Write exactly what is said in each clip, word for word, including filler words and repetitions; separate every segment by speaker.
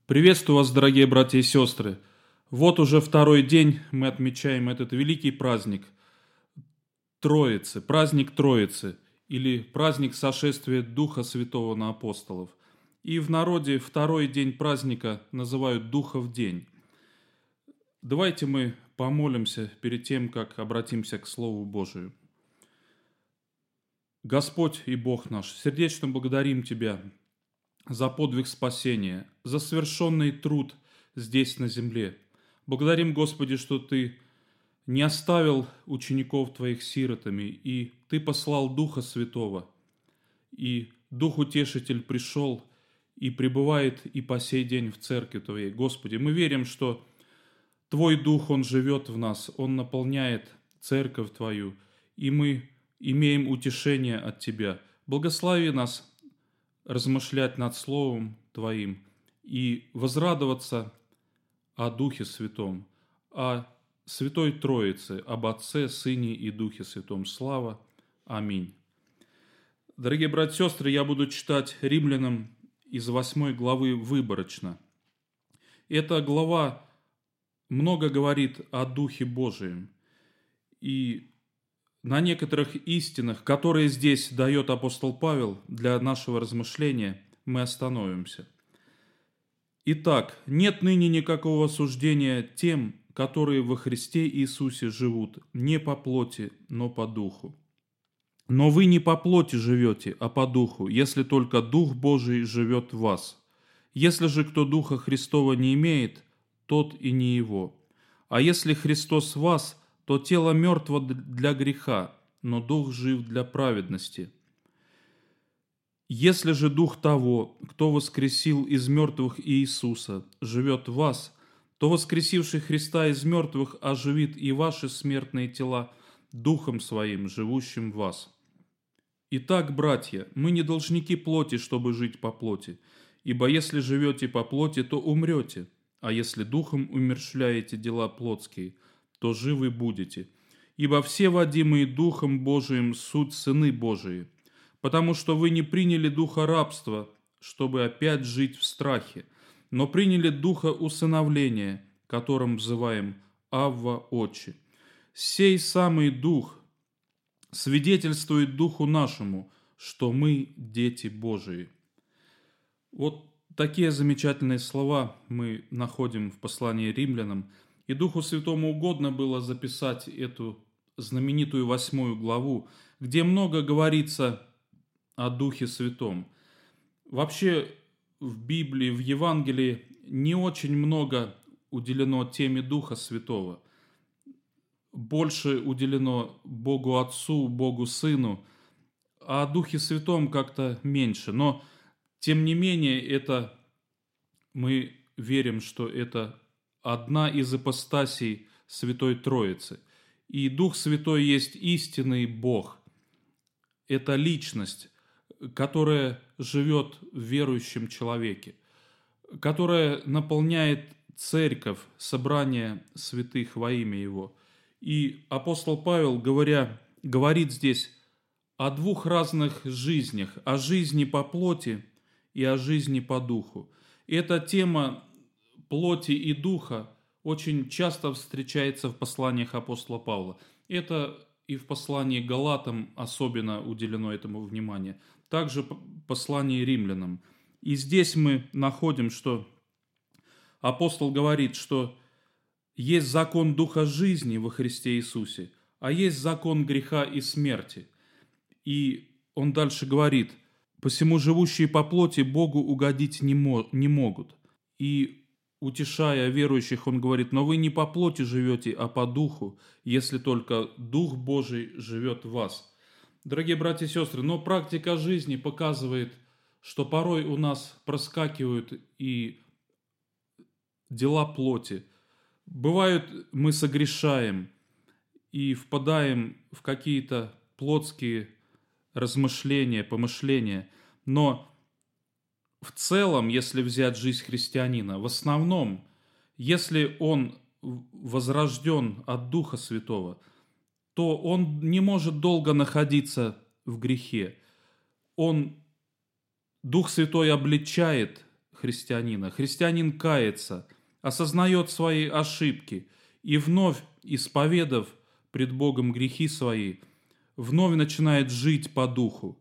Speaker 1: Приветствую вас, дорогие братья и сестры. Вот уже второй день мы отмечаем этот великий праздник Троицы, праздник Троицы или праздник сошествия Духа Святого на апостолов. И в народе второй день праздника называют Духов день. Давайте мы помолимся перед тем, как обратимся к Слову Божию. Господь и Бог наш, сердечно благодарим Тебя за подвиг спасения, за совершенный труд здесь на земле. Благодарим, Господи, что Ты не оставил учеников Твоих сиротами, и Ты послал Духа Святого, и Дух Утешитель пришел и пребывает и по сей день в Церкви Твоей. Господи, мы верим, что Твой Дух, Он живет в нас, Он наполняет Церковь Твою, и мы имеем утешение от Тебя. Благослови нас размышлять над Словом Твоим и возрадоваться о Духе Святом, о Святой Троице, об Отце, Сыне и Духе Святом. Слава. Аминь. Дорогие братья и сестры, я буду читать Римлянам из восьмой главы выборочно. Эта глава много говорит о Духе Божием. И на некоторых истинах, которые здесь дает апостол Павел для нашего размышления, мы остановимся. Итак, нет ныне никакого осуждения тем, которые во Христе Иисусе живут, не по плоти, но по духу. Но вы не по плоти живете, а по духу, если только Дух Божий живет в вас. Если же кто Духа Христова не имеет, тот и не его. А если Христос в вас, то тело мертво для греха, но Дух жив для праведности. Если же Дух того, кто воскресил из мертвых Иисуса, живет в вас, то воскресивший Христа из мертвых оживит и ваши смертные тела Духом Своим, живущим в вас. Итак, братья, мы не должники плоти, чтобы жить по плоти, ибо если живете по плоти, то умрете, а если Духом умерщвляете дела плотские, то живы будете. Ибо все водимые Духом Божиим суть сыны Божии, потому что вы не приняли духа рабства, чтобы опять жить в страхе, но приняли духа усыновления, которым взываем Авва Отче. Сей самый Дух свидетельствует Духу нашему, что мы дети Божии. Вот такие замечательные слова мы находим в послании римлянам, и Духу Святому угодно было записать эту знаменитую восьмую главу, где много говорится о Духе Святом. Вообще в Библии, в Евангелии не очень много уделено теме Духа Святого. Больше уделено Богу Отцу, Богу Сыну, а о Духе Святом как-то меньше. Но, тем не менее, это мы верим, что это одна из ипостасей Святой Троицы. И Дух Святой есть истинный Бог. Это личность, которая живет в верующем человеке, которая наполняет церковь, собрание святых во имя Его. И апостол Павел, говоря, говорит здесь о двух разных жизнях, о жизни по плоти и о жизни по духу. И эта тема плоти и духа очень часто встречается в посланиях апостола Павла. Это и в послании к Галатам особенно уделено этому внимание. Также в послании римлянам. И здесь мы находим, что апостол говорит, что есть закон духа жизни во Христе Иисусе, а есть закон греха и смерти. И он дальше говорит: «Посему живущие по плоти Богу угодить не, мо- не могут». И утешая верующих, он говорит: «Но вы не по плоти живете, а по духу, если только Дух Божий живет в вас». Дорогие братья и сестры, но практика жизни показывает, что порой у нас проскакивают и дела плоти. Бывает, мы согрешаем и впадаем в какие-то плотские размышления, помышления. Но в целом, если взять жизнь христианина, в основном, если он возрожден от Духа Святого, то он не может долго находиться в грехе. Он, Дух Святой обличает христианина. Христианин кается, осознает свои ошибки и вновь, исповедав пред Богом грехи свои, вновь начинает жить по духу.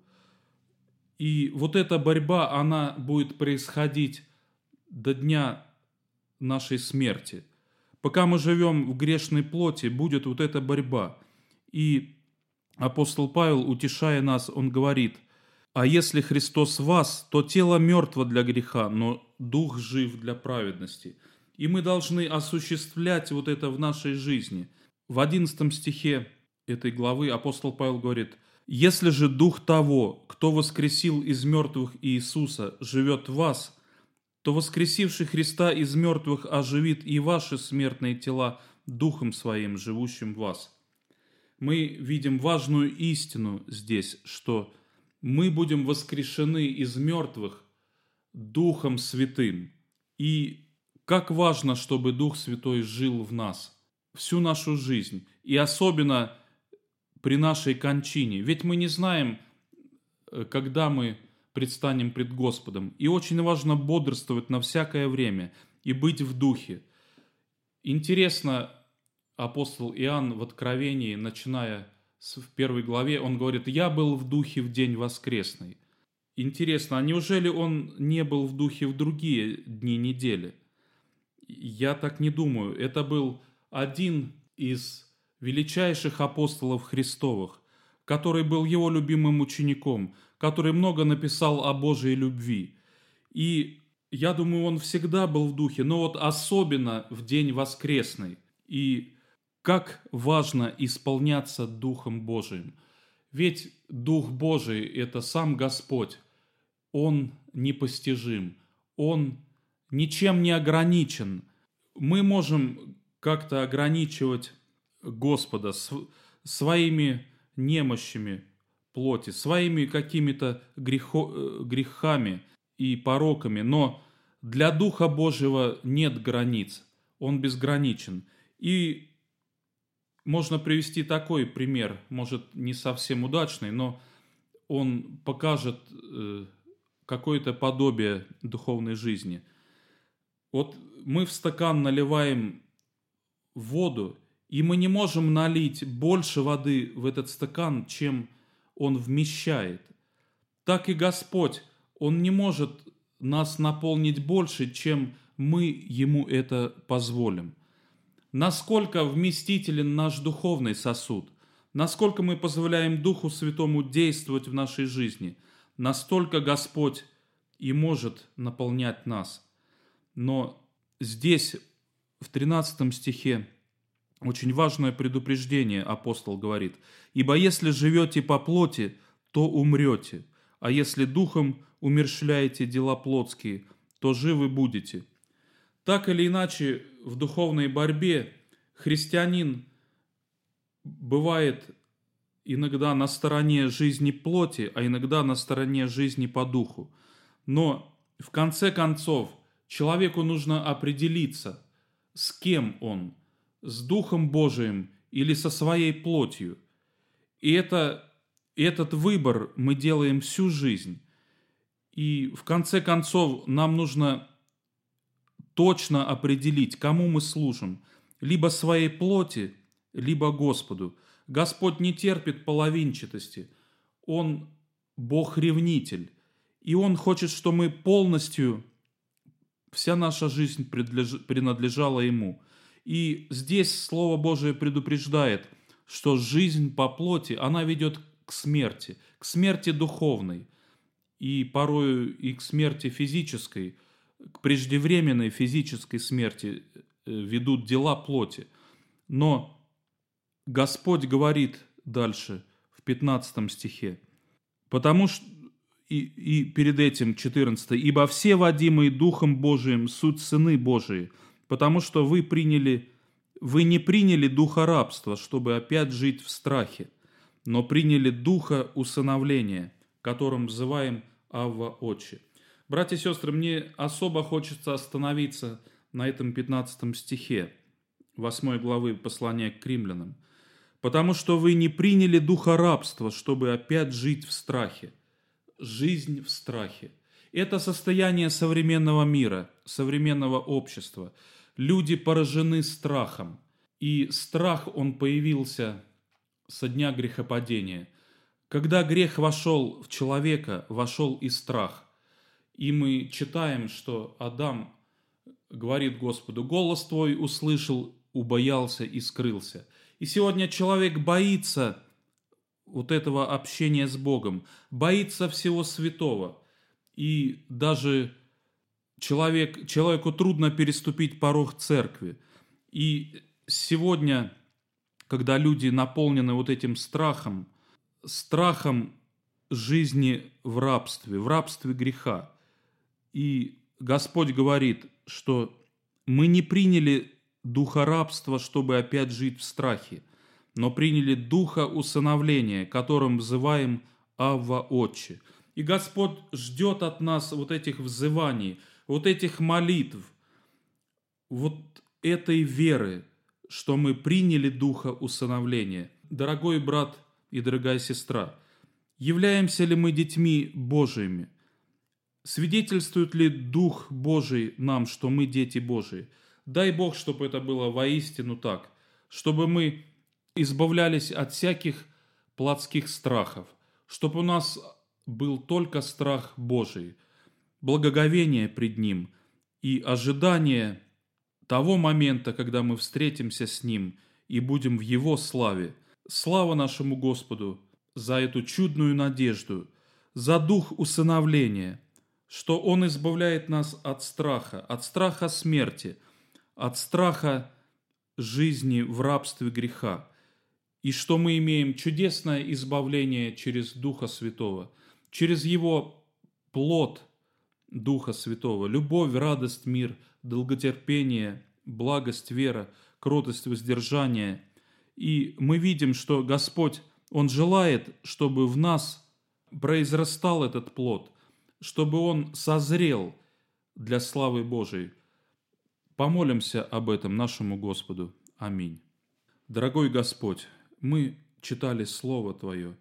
Speaker 1: И вот эта борьба, она будет происходить до дня нашей смерти. Пока мы живем в грешной плоти, будет вот эта борьба. И апостол Павел, утешая нас, он говорит: «А если Христос в вас, то тело мертво для греха, но дух жив для праведности». И мы должны осуществлять вот это в нашей жизни. В одиннадцатом стихе этой главы апостол Павел говорит: «Если же дух того, кто воскресил из мертвых Иисуса, живет в вас, то воскресивший Христа из мертвых оживит и ваши смертные тела духом своим, живущим в вас». Мы видим важную истину здесь, что мы будем воскрешены из мертвых Духом Святым. И как важно, чтобы Дух Святой жил в нас всю нашу жизнь, и особенно при нашей кончине. Ведь мы не знаем, когда мы предстанем пред Господом. И очень важно бодрствовать на всякое время и быть в духе. Интересно, апостол Иоанн в Откровении, начиная с в первой главе, он говорит: «Я был в духе в день воскресный». Интересно, а неужели он не был в духе в другие дни недели? Я так не думаю. Это был один из величайших апостолов Христовых, который был его любимым учеником, который много написал о Божьей любви. И я думаю, он всегда был в духе, но вот особенно в день воскресный. И как важно исполняться Духом Божиим. Ведь Дух Божий – это сам Господь. Он непостижим, Он ничем не ограничен. Мы можем как-то ограничивать Господа своими немощами плоти, своими какими-то грехо, грехами и пороками, но для Духа Божьего нет границ, Он безграничен. И можно привести такой пример, может, не совсем удачный, но он покажет какое-то подобие духовной жизни. Вот мы в стакан наливаем воду, и мы не можем налить больше воды в этот стакан, чем он вмещает. Так и Господь, Он не может нас наполнить больше, чем мы Ему это позволим. Насколько вместителен наш духовный сосуд, насколько мы позволяем Духу Святому действовать в нашей жизни, настолько Господь и может наполнять нас. Но здесь, в тринадцатом стихе, очень важное предупреждение апостол говорит: «Ибо если живете по плоти, то умрете, а если духом умерщвляете дела плотские, то живы будете». Так или иначе, в духовной борьбе христианин бывает иногда на стороне жизни плоти, а иногда на стороне жизни по духу. Но в конце концов человеку нужно определиться, с кем он, с Духом Божиим или со своей плотью. И это, этот выбор мы делаем всю жизнь. И в конце концов нам нужно точно определить, кому мы служим, либо своей плоти, либо Господу. Господь не терпит половинчатости, Он Бог-ревнитель, и Он хочет, чтобы мы полностью, вся наша жизнь принадлежала Ему. И здесь Слово Божие предупреждает, что жизнь по плоти, она ведет к смерти, к смерти духовной, и порою и к смерти физической, к преждевременной физической смерти ведут дела плоти. Но Господь говорит дальше, в пятнадцатом стихе, потому что, и, и перед этим четырнадцатый, «Ибо все, водимые Духом Божиим, суть сыны Божии, потому что вы приняли, вы не приняли духа рабства, чтобы опять жить в страхе, но приняли духа усыновления, которым взываем Авва Отче». Братья и сестры, мне особо хочется остановиться на этом пятнадцатом стихе восьмой главы послания к римлянам. «Потому что вы не приняли духа рабства, чтобы опять жить в страхе». Жизнь в страхе. Это состояние современного мира, современного общества. Люди поражены страхом. И страх, он появился со дня грехопадения. Когда грех вошел в человека, вошел и страх. И мы читаем, что Адам говорит Господу: «Голос твой услышал, убоялся и скрылся». И сегодня человек боится вот этого общения с Богом, боится всего святого. И даже человек, человеку трудно переступить порог церкви. И сегодня, когда люди наполнены вот этим страхом, страхом жизни в рабстве, в рабстве греха, и Господь говорит, что мы не приняли духа рабства, чтобы опять жить в страхе, но приняли духа усыновления, которым взываем «Авва, Отче». И Господь ждет от нас вот этих взываний, вот этих молитв, вот этой веры, что мы приняли духа усыновления. Дорогой брат и дорогая сестра, являемся ли мы детьми Божиими? Свидетельствует ли Дух Божий нам, что мы дети Божии? Дай Бог, чтобы это было воистину так, чтобы мы избавлялись от всяких плотских страхов, чтобы у нас был только страх Божий, благоговение пред Ним и ожидание того момента, когда мы встретимся с Ним и будем в Его славе. Слава нашему Господу за эту чудную надежду, за дух усыновления, что Он избавляет нас от страха, от страха смерти, от страха жизни в рабстве греха, и что мы имеем чудесное избавление через Духа Святого, через Его плод Духа Святого, любовь, радость, мир, долготерпение, благость, вера, кротость, воздержание. И мы видим, что Господь, Он желает, чтобы в нас произрастал этот плод, чтобы он созрел для славы Божией. Помолимся об этом нашему Господу. Аминь. Дорогой Господь, мы читали Слово Твое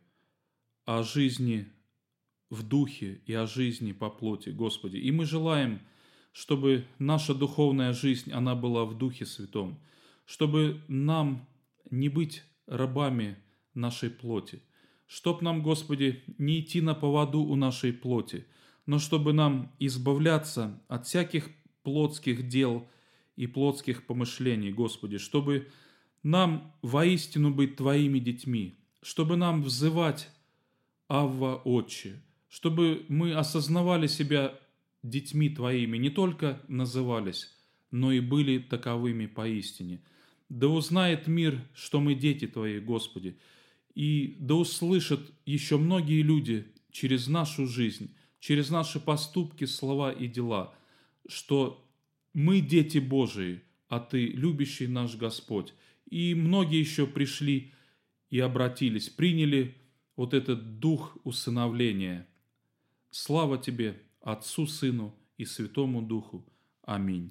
Speaker 1: о жизни в духе и о жизни по плоти, Господи. И мы желаем, чтобы наша духовная жизнь, она была в Духе Святом, чтобы нам не быть рабами нашей плоти, чтоб нам, Господи, не идти на поводу у нашей плоти, но чтобы нам избавляться от всяких плотских дел и плотских помышлений, Господи, чтобы нам воистину быть Твоими детьми, чтобы нам взывать «Авва, Отче», чтобы мы осознавали себя детьми Твоими, не только назывались, но и были таковыми поистине. Да узнает мир, что мы дети Твои, Господи, и да услышат еще многие люди через нашу жизнь, через наши поступки, слова и дела, что мы дети Божии, а Ты любящий наш Господь. И многие еще пришли и обратились, приняли вот этот дух усыновления. Слава Тебе, Отцу, Сыну и Святому Духу. Аминь.